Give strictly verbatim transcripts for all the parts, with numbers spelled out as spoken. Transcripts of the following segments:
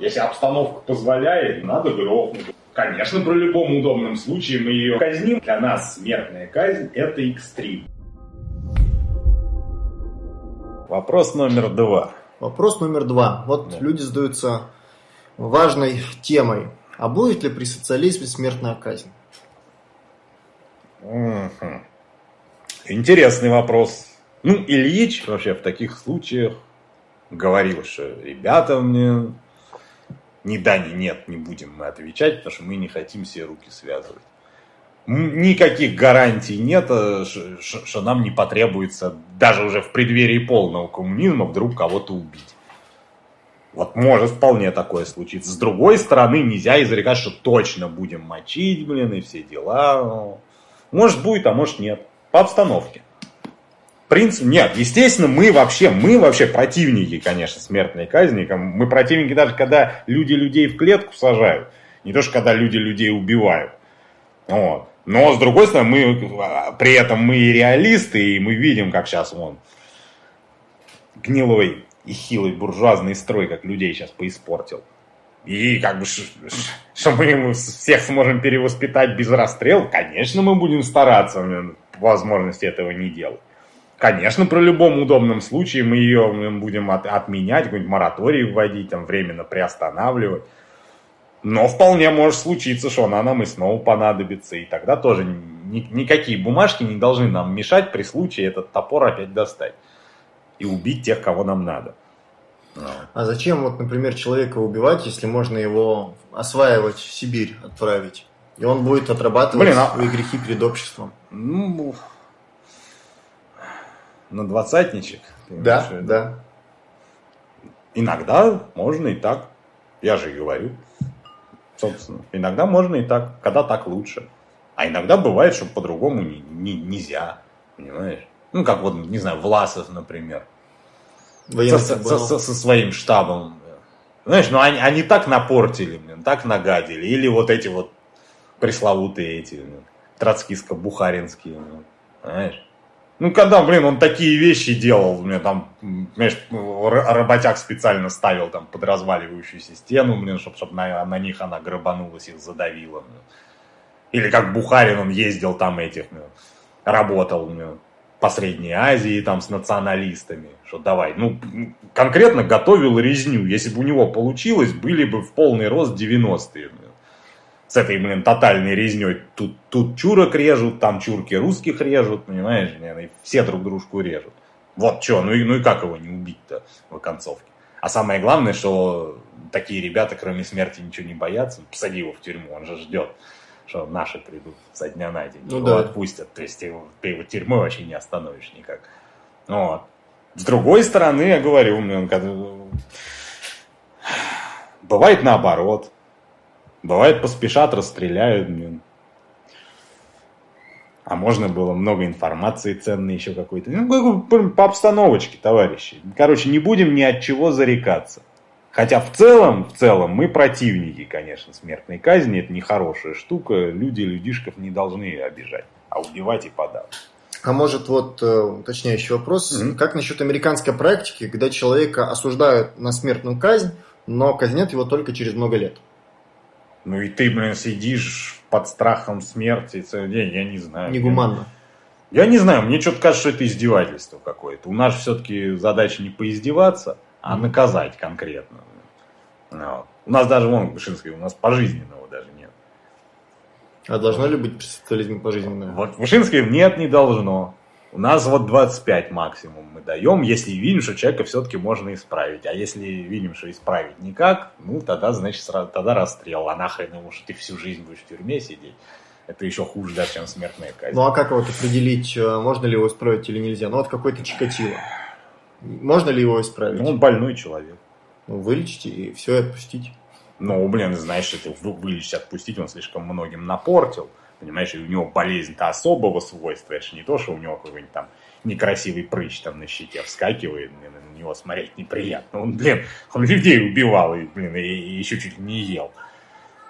Если обстановка позволяет, надо грохнуть. Конечно, при любом удобном случае мы ее казним. Для нас смертная казнь – это экстрим. Вопрос номер два. Вопрос номер два. Вот да. Люди задаются важной темой. А будет ли при социализме смертная казнь? Угу. Интересный вопрос. Ну, Ильич вообще в таких случаях говорил, что ребята мне... Ни да, ни нет, не будем мы отвечать, потому что мы не хотим себе руки связывать. Никаких гарантий нет, что нам не потребуется даже уже в преддверии полного коммунизма вдруг кого-то убить. Вот может вполне такое случиться. С другой стороны, нельзя изрекать, что точно будем мочить, блин, и все дела. Может будет, а может нет. По обстановке. Принцип, нет, естественно, мы вообще, мы вообще противники, конечно, смертной казни. Мы противники даже, когда люди людей в клетку сажают. Не то, что когда люди людей убивают. Вот. Но, с другой стороны, мы, при этом мы и реалисты, и мы видим, как сейчас вон гнилой и хилый буржуазный строй, как людей сейчас поиспортил. И как бы, что мы всех сможем перевоспитать без расстрела, конечно, мы будем стараться по возможности этого не делать. Конечно, при любом удобном случае мы ее будем от, отменять, какой-нибудь мораторий вводить, там, временно приостанавливать. Но вполне может случиться, что она нам и снова понадобится. И тогда тоже ни, никакие бумажки не должны нам мешать при случае этот топор опять достать. И убить тех, кого нам надо. А зачем, вот, например, человека убивать, если можно его осваивать в Сибирь, отправить? И он будет отрабатывать Блин, а... свои грехи перед обществом. Ну... На двадцатничек? Да, да. Иногда можно и так. Я же и говорю. Собственно, иногда можно и так. Когда так лучше. А иногда бывает, что по-другому не, не, нельзя. Понимаешь? Ну, как вот, не знаю, Власов, например. Со, со, со, со своим штабом. Знаешь, ну они, они так напортили, блин, так нагадили. Или вот эти вот пресловутые эти, блин, троцкиско-бухаринские. Блин, знаешь? Ну, когда, блин, он такие вещи делал, у меня там, понимаешь, работяг специально ставил там под разваливающуюся стену, блин, чтобы чтоб на, на них она грабанулась, их задавила. Блин. Или как Бухарин, он ездил там этих, блин, работал, блин, по Средней Азии там с националистами, что давай, ну, конкретно готовил резню. Если бы у него получилось, были бы в полный рост девяностые, блин. С этой, блин, тотальной резней. Тут, тут чурок режут, там чурки русских режут, понимаешь? И все друг дружку режут. Вот что, ну и, ну и как его не убить-то в концовке? А самое главное, что такие ребята, кроме смерти, ничего не боятся. Посади его в тюрьму, он же ждет, что наши придут со дня на день. Ну, его да. Отпустят. То есть его, ты его тюрьмой вообще не остановишь никак. Вот. С другой стороны, я говорю, блин, когда... бывает наоборот. Бывает, поспешат, расстреляют, блин. А можно было много информации ценной еще какой-то. Ну, по обстановочке, товарищи. Короче, не будем ни от чего зарекаться. Хотя в целом, в целом, мы противники, конечно, смертной казни. Это нехорошая штука. Люди людишков не должны обижать, а убивать и подавать. А может, вот, уточняющий вопрос. Mm-hmm. Как насчет американской практики, когда человека осуждают на смертную казнь, но казнят его только через много лет? Ну и ты, блин, сидишь под страхом смерти целый день, я не знаю. Негуманно. Я не знаю, мне что-то кажется, что это издевательство какое-то. У нас все-таки задача не поиздеваться, а наказать конкретно. Вот. У нас даже, вон, в Вышинской, у нас пожизненного даже нет. А должно ли быть при социализме пожизненное? Вот в Вышинской нет, не должно. У нас вот двадцать пять максимум мы даем, если видим, что человека все-таки можно исправить. А если видим, что исправить никак, ну тогда, значит, тогда расстрел. А нахрен ему, что ты всю жизнь будешь в тюрьме сидеть. Это еще хуже даже, чем смертная казнь. Ну а как вот определить, можно ли его исправить или нельзя? Ну вот какой-то Чикатило. Можно ли его исправить? Ну он больной человек. Ну вылечите и все, и отпустить. Ну, блин, знаешь, что ты вылечить, отпустить, он слишком многим напортил. Понимаешь, и у него болезнь-то особого свойства. Это же не то, что у него какой-нибудь там некрасивый прыщ там на щеке вскакивает, блин, на него смотреть неприятно. Он, блин, он людей убивал и, блин, и, и еще чуть ли не ел.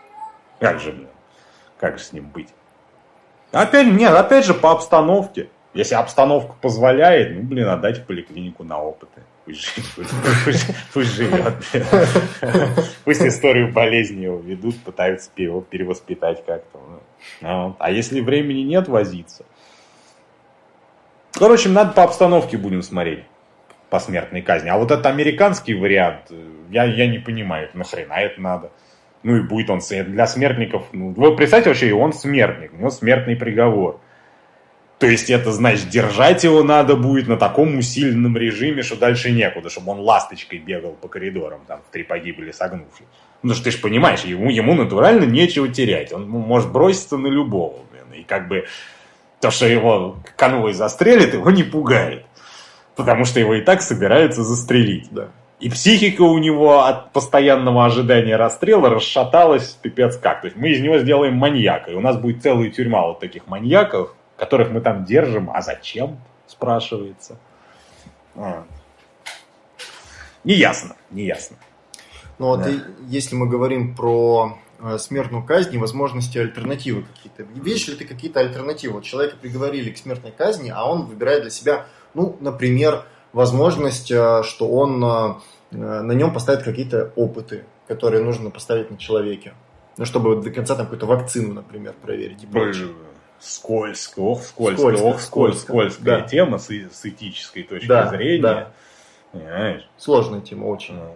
Как же, блин, как же с ним быть? Опять, нет, опять же по обстановке. Если обстановка позволяет, ну, блин, отдать в поликлинику на опыты. Пусть живет. Пусть историю болезни его ведут, пытаются его перевоспитать как-то. А если времени нет возиться? Короче, надо по обстановке будем смотреть. По смертной казни. А вот этот американский вариант, я, я не понимаю, нахрена это надо. Ну и будет он для смертников. Ну, вы представьте вообще, он смертник, у него смертный приговор. То есть это значит, держать его надо будет на таком усиленном режиме, что дальше некуда, чтобы он ласточкой бегал по коридорам, там в три погибели согнувшись. Ну что ты же понимаешь, ему, ему натурально нечего терять. Он может броситься на любого. Блин, и как бы то, что его конвой застрелит, его не пугает. Потому что его и так собираются застрелить. Да. И психика у него от постоянного ожидания расстрела расшаталась пипец как. То есть мы из него сделаем маньяка. И у нас будет целая тюрьма вот таких маньяков, которых мы там держим. А зачем? Спрашивается. А. Неясно, неясно. Ну вот да. И, если мы говорим про э, смертную казнь и возможности альтернативы какие-то. Видишь ли ты какие-то альтернативы? Вот человека приговорили к смертной казни, а он выбирает для себя, ну, например, возможность, э, что он э, на нем поставит какие-то опыты, которые нужно поставить на человеке. Ну, чтобы до конца там какую-то вакцину, например, проверить. И прочее. Скользко, ох, скользко, скользко, ох, скользко, скользкая да. тема с, с этической точки да, зрения. Да. Понимаешь? Сложная тема, очень. Ну,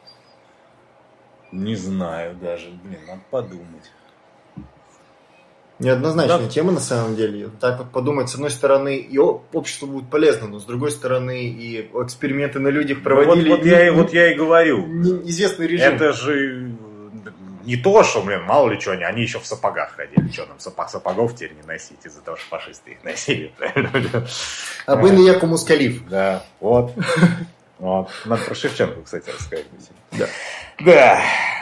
не знаю даже, блин, надо подумать. Неоднозначная да. тема на самом деле. Так вот подумать, с одной стороны, и общество будет полезно, но с другой стороны, и эксперименты на людях проводили. Вот, вот, я, и, вот я и говорю. Неизвестный режим. Это же не то, что, блин, мало ли что, они, они еще в сапогах ходили. Что нам сапог, сапогов теперь не носить из-за того, что фашисты их носили. А вы на яку мускалив. Да, вот. Вот. Надо про Шевченко, кстати, рассказать. Да. Да.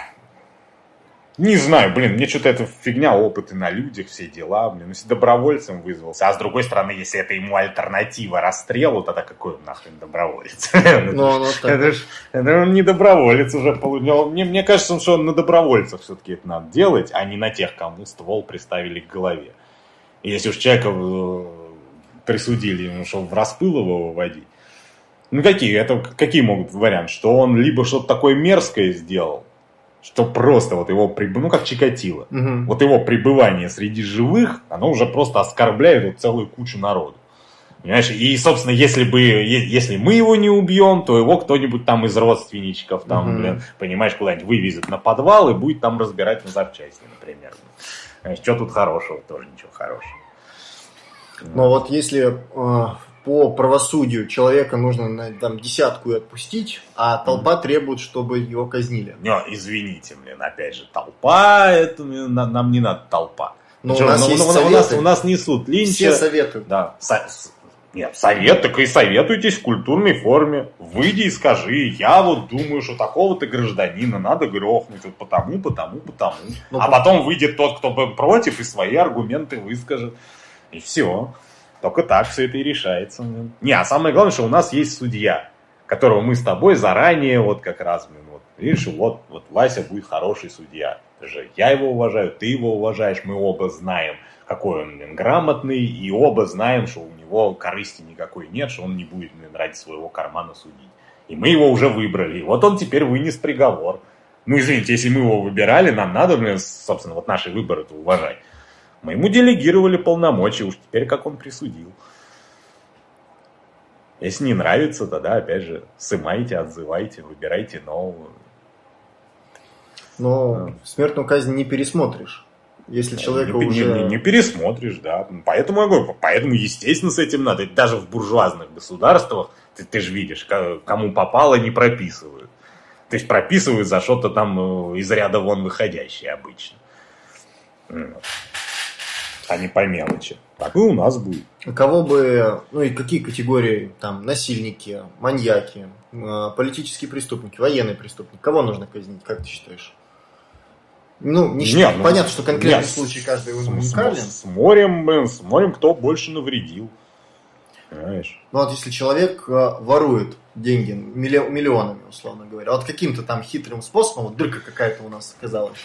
Не знаю, блин, мне что-то эта фигня, опыты на людях, все дела, блин, если добровольцем вызвался, а с другой стороны, если это ему альтернатива расстрелу, тогда какой он нахрен доброволец? Ну, это же он не доброволец уже получил. Мне, мне кажется, что на добровольцев все-таки это надо делать, а не на тех, кому ствол приставили к голове. И если уж человека присудили ему, чтобы в распыл его выводить, ну какие, это какие могут быть варианты? Что он либо что-то такое мерзкое сделал, что просто вот его, ну как Чикатило, угу. вот его пребывание среди живых, оно уже просто оскорбляет вот целую кучу народу. Понимаешь? И, собственно, если бы, если мы его не убьем, то его кто-нибудь там из родственничков, там, угу. блин, понимаешь, куда-нибудь вывезет на подвал и будет там разбирать на запчасти, например. Понимаешь, что тут хорошего? Тоже ничего хорошего. Но вот если... по правосудию человека нужно там десятку отпустить, а толпа mm. требует, чтобы его казнили. Не, извините, блин, опять же, толпа, это нам не надо толпа. Но у нас ну, есть ну, советы. У нас, у нас несут линча. Все советуют. Да. Со- Нет, совет, так и советуйтесь в культурной форме. Выйди и скажи, я вот думаю, что такого-то гражданина надо грохнуть, вот потому, потому, потому. Ну, а потом выйдет тот, кто против, и свои аргументы выскажет. И все. Только так все это и решается. Не, а самое главное, что у нас есть судья, которого мы с тобой заранее, вот как раз, вот, видишь, вот, вот Вася будет хороший судья. Же я его уважаю, ты его уважаешь, мы оба знаем, какой он, блин, грамотный, и оба знаем, что у него корысти никакой нет, что он не будет, блин, ради своего кармана судить. И мы его уже выбрали, и вот он теперь вынес приговор. Ну, извините, если мы его выбирали, нам надо, блин, собственно, вот наши выборы-то уважать. Мы ему делегировали полномочия, уж теперь как он присудил. Если не нравится, тогда, опять же, сымайте, отзывайте, выбирайте нового. Но а. смертную казнь не пересмотришь. Если человека не, уже... Не, не, не пересмотришь, да. Поэтому я говорю, поэтому, естественно, с этим надо. Даже в буржуазных государствах, ты, ты же видишь, кому попало, не прописывают. То есть прописывают за что-то там из ряда вон выходящее обычно. А не по мелочи. Так и у нас будет. Кого бы, ну и какие категории, там, насильники, маньяки, политические преступники, военные преступники, кого нужно казнить, как ты считаешь? Ну, не считаю, ну, понятно, что конкретный нет, случай каждый уникален. Смотрим, блин, смотрим, кто больше навредил. Понимаешь? Ну вот если человек ворует деньги миллионами, условно говоря, вот каким-то там хитрым способом, вот дырка какая-то у нас оказалась,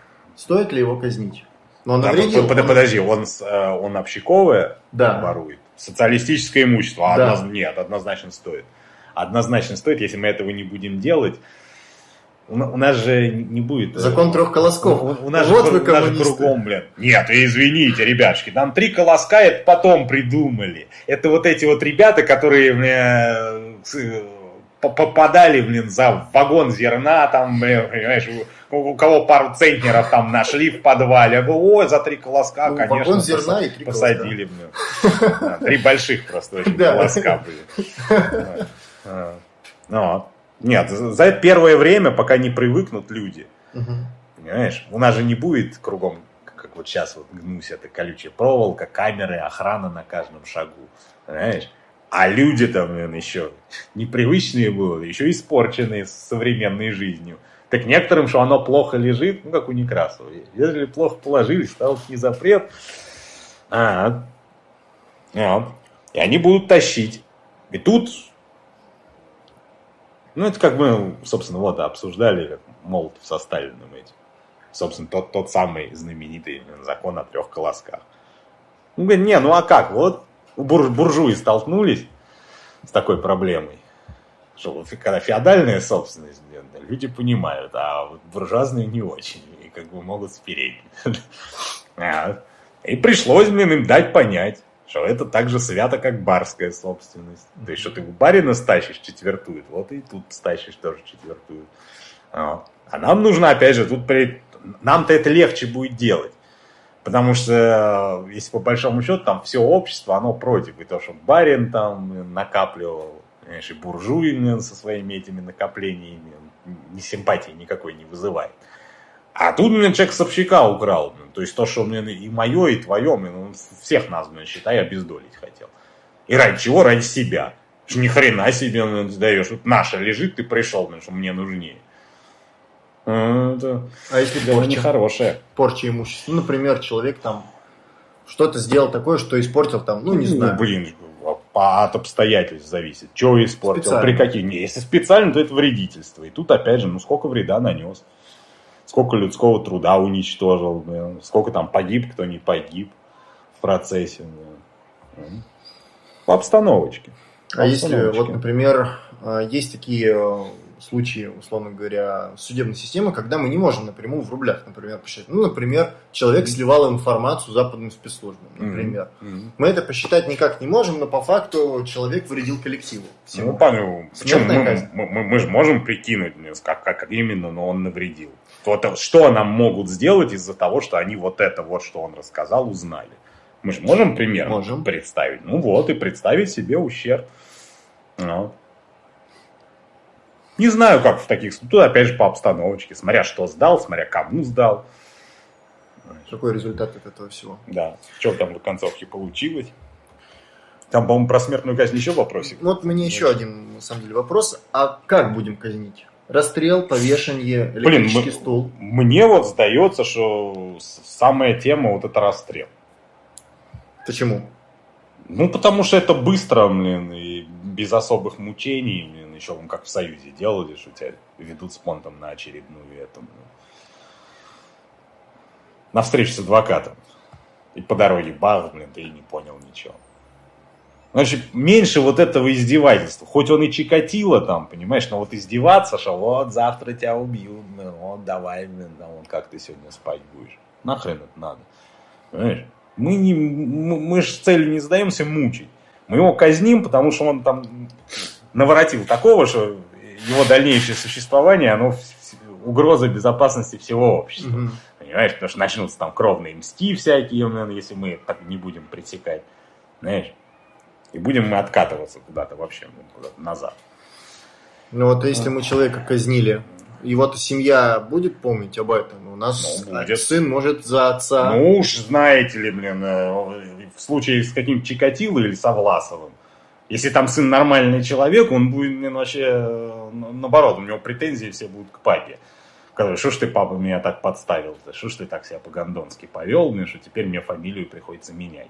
стоит ли его казнить? Но он да, навредил, под, он... Подожди, он, он общаковое да. ворует? социалистическое имущество. Да. Одноз... Нет, однозначно стоит. Однозначно стоит, если мы этого не будем делать. У, у нас же не будет... Закон трех колосков. У, у нас, вот же, вы у нас же кругом, блин. Нет, извините, ребятушки, там три колоска это потом придумали. Это вот эти вот ребята, которые мне попадали, блин, за вагон зерна, там, блин, понимаешь, у, у кого пару центнеров там нашли в подвале. Я говорю, ой, за три колоска, ну, конечно, вагон зерна и три посадили, блин. Да, три больших просто очень колоска были. Ну, нет, за первое время, пока не привыкнут люди, угу. Понимаешь, у нас же не будет кругом, как вот сейчас вот гнусь, это колючая проволока, камеры, охрана на каждом шагу, понимаешь? А люди там, наверное, еще непривычные будут, еще испорченные современной жизнью. Так некоторым, что оно плохо лежит, ну, как у Некрасова. Если плохо положили, стал не запрет, а, а, и они будут тащить. И тут... Ну, это как мы, собственно, вот обсуждали, как Молотов со Сталиным этим. Собственно, тот, тот самый знаменитый закон о трех колосках. Ну, говорит, не, ну а как? Вот бур, буржуи столкнулись с такой проблемой, что вот, когда феодальная собственность, люди понимают, а вот буржуазные не очень, и как бы могут спереть. И пришлось, блин, им дать понять, что это так же свято, как барская собственность. То есть, что ты у барина стащишь, четвертует. Вот и тут стащишь, тоже четвертует. А нам нужно, опять же, тут при... нам-то это легче будет делать. Потому что, если по большому счету, там все общество, оно против. И то, что барин там накапливал, понимаешь, и буржуи со своими этими накоплениями, ни симпатии никакой не вызывает. А тут, блин, человек с общака украл. Блин. То есть то, что блин, и мое, и твое, блин, он всех нас, блин, считай, обездолить хотел. И ради чего? Ради себя. Что ни хрена себе, блин, ты даешь. Вот наше лежит, ты пришел, блин, что мне нужнее. Это а если дело порча? Нехорошее. Порча имущества. Ну, например, человек там что-то сделал такое, что испортил там, ну, не ну, знаю. Блин, от обстоятельств зависит. Чего испортил, специально. При каких. Не, если специально, то это вредительство. И тут, опять же, ну, сколько вреда нанес. Сколько людского труда уничтожил, блин. Сколько там погиб, кто не погиб в процессе. Блин. По обстановочке. По а обстановочке. Если, вот, например, есть такие случаи, условно говоря, судебной системы, когда мы не можем напрямую в рублях, например, посчитать. Ну, например, человек mm-hmm. сливал информацию западным спецслужбам, например. Mm-hmm. Мы это посчитать никак не можем, но по факту человек вредил коллективу. Всему. Ну, понял. Почему? Мы, мы, мы, мы же можем прикинуть, как, как именно, но он навредил. Вот, что нам могут сделать из-за того, что они вот это вот, что он рассказал, узнали. Мы же можем пример можем. представить. Ну вот, и представить себе ущерб. Ну. Не знаю, как в таких случаях. Тут опять же по обстановочке. Смотря что сдал, смотря кому сдал. Какой результат от этого всего. Да. Что там в концовке получилось. Там, по-моему, про смертную казнь еще вопросик. Вот мне еще один, на самом деле, вопрос. А как будем казнить? Расстрел, повешение, электрический Блин, стул? Мне вот сдается, что самая тема вот это расстрел. Почему? Ну, потому что это быстро, блин, и без особых мучений, блин, еще вон как в Союзе делали, что тебя ведут спонтом на очередную эту, блин, на встречу с адвокатом. И по дороге бах, блин, ты и не понял ничего. Значит, меньше вот этого издевательства. Хоть он и чикатило там, понимаешь, но вот издеваться, что вот завтра тебя убьют, блин, вот давай, блин, да, вот как ты сегодня спать будешь. Нахрен это надо. Понимаешь? Мы, не, мы, мы же целью не задаемся мучить. Мы его казним, потому что он там наворотил такого, что его дальнейшее существование, оно угроза безопасности всего общества. Mm-hmm. Понимаешь? Потому что начнутся там кровные мсти всякие, если мы так не будем пресекать. Знаешь? И будем мы откатываться куда-то вообще, куда-то назад. Ну вот если мы человека казнили, его-то семья будет помнить об этом? У нас ну, будет. Сын может за отца... Ну уж знаете ли, блин, в случае с каким-то Чикатило или со Власовым, если там сын нормальный человек, он будет, блин, вообще, наоборот, у него претензии все будут к папе. Что ж ты, папа, меня так подставил? Что ж ты так себя по-гондонски повел, блин, что теперь мне фамилию приходится менять?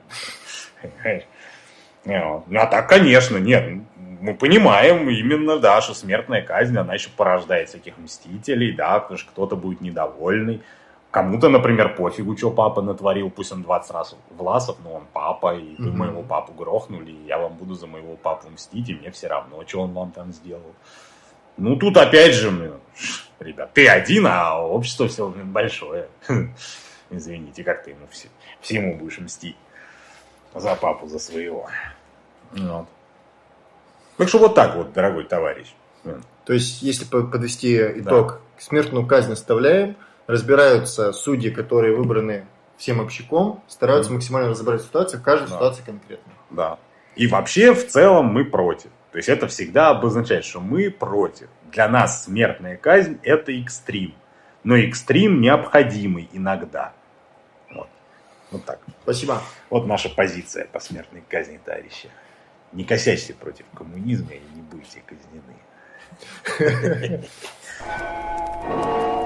Ну, а так, конечно, нет, мы понимаем именно, да, что смертная казнь, она еще порождает всяких мстителей, да, потому что кто-то будет недовольный, Кому-то, например, пофигу, что папа натворил, пусть он двадцать раз власов, но он папа, и вы mm-hmm. моего папу грохнули, и я вам буду за моего папу мстить, и мне все равно, что он вам там сделал. Ну, тут опять же, ребят, ты один, а общество все большое. Извините, как ты ему все, всему будешь мстить за папу, за своего. Вот. Так что вот так вот, дорогой товарищ. То есть, если подвести итог, да. Смертную казнь оставляем, разбираются судьи, которые выбраны всем общаком, стараются mm-hmm. максимально разобрать ситуацию, каждая да. ситуация конкретно. Да. И вообще, в целом, мы против. То есть, это всегда обозначает, что мы против. Для нас смертная казнь – это экстрим. Но экстрим необходимый иногда. Вот. Вот так. Спасибо. Вот наша позиция по смертной казни, товарищи. Не косячьте против коммунизма и не будете казнены.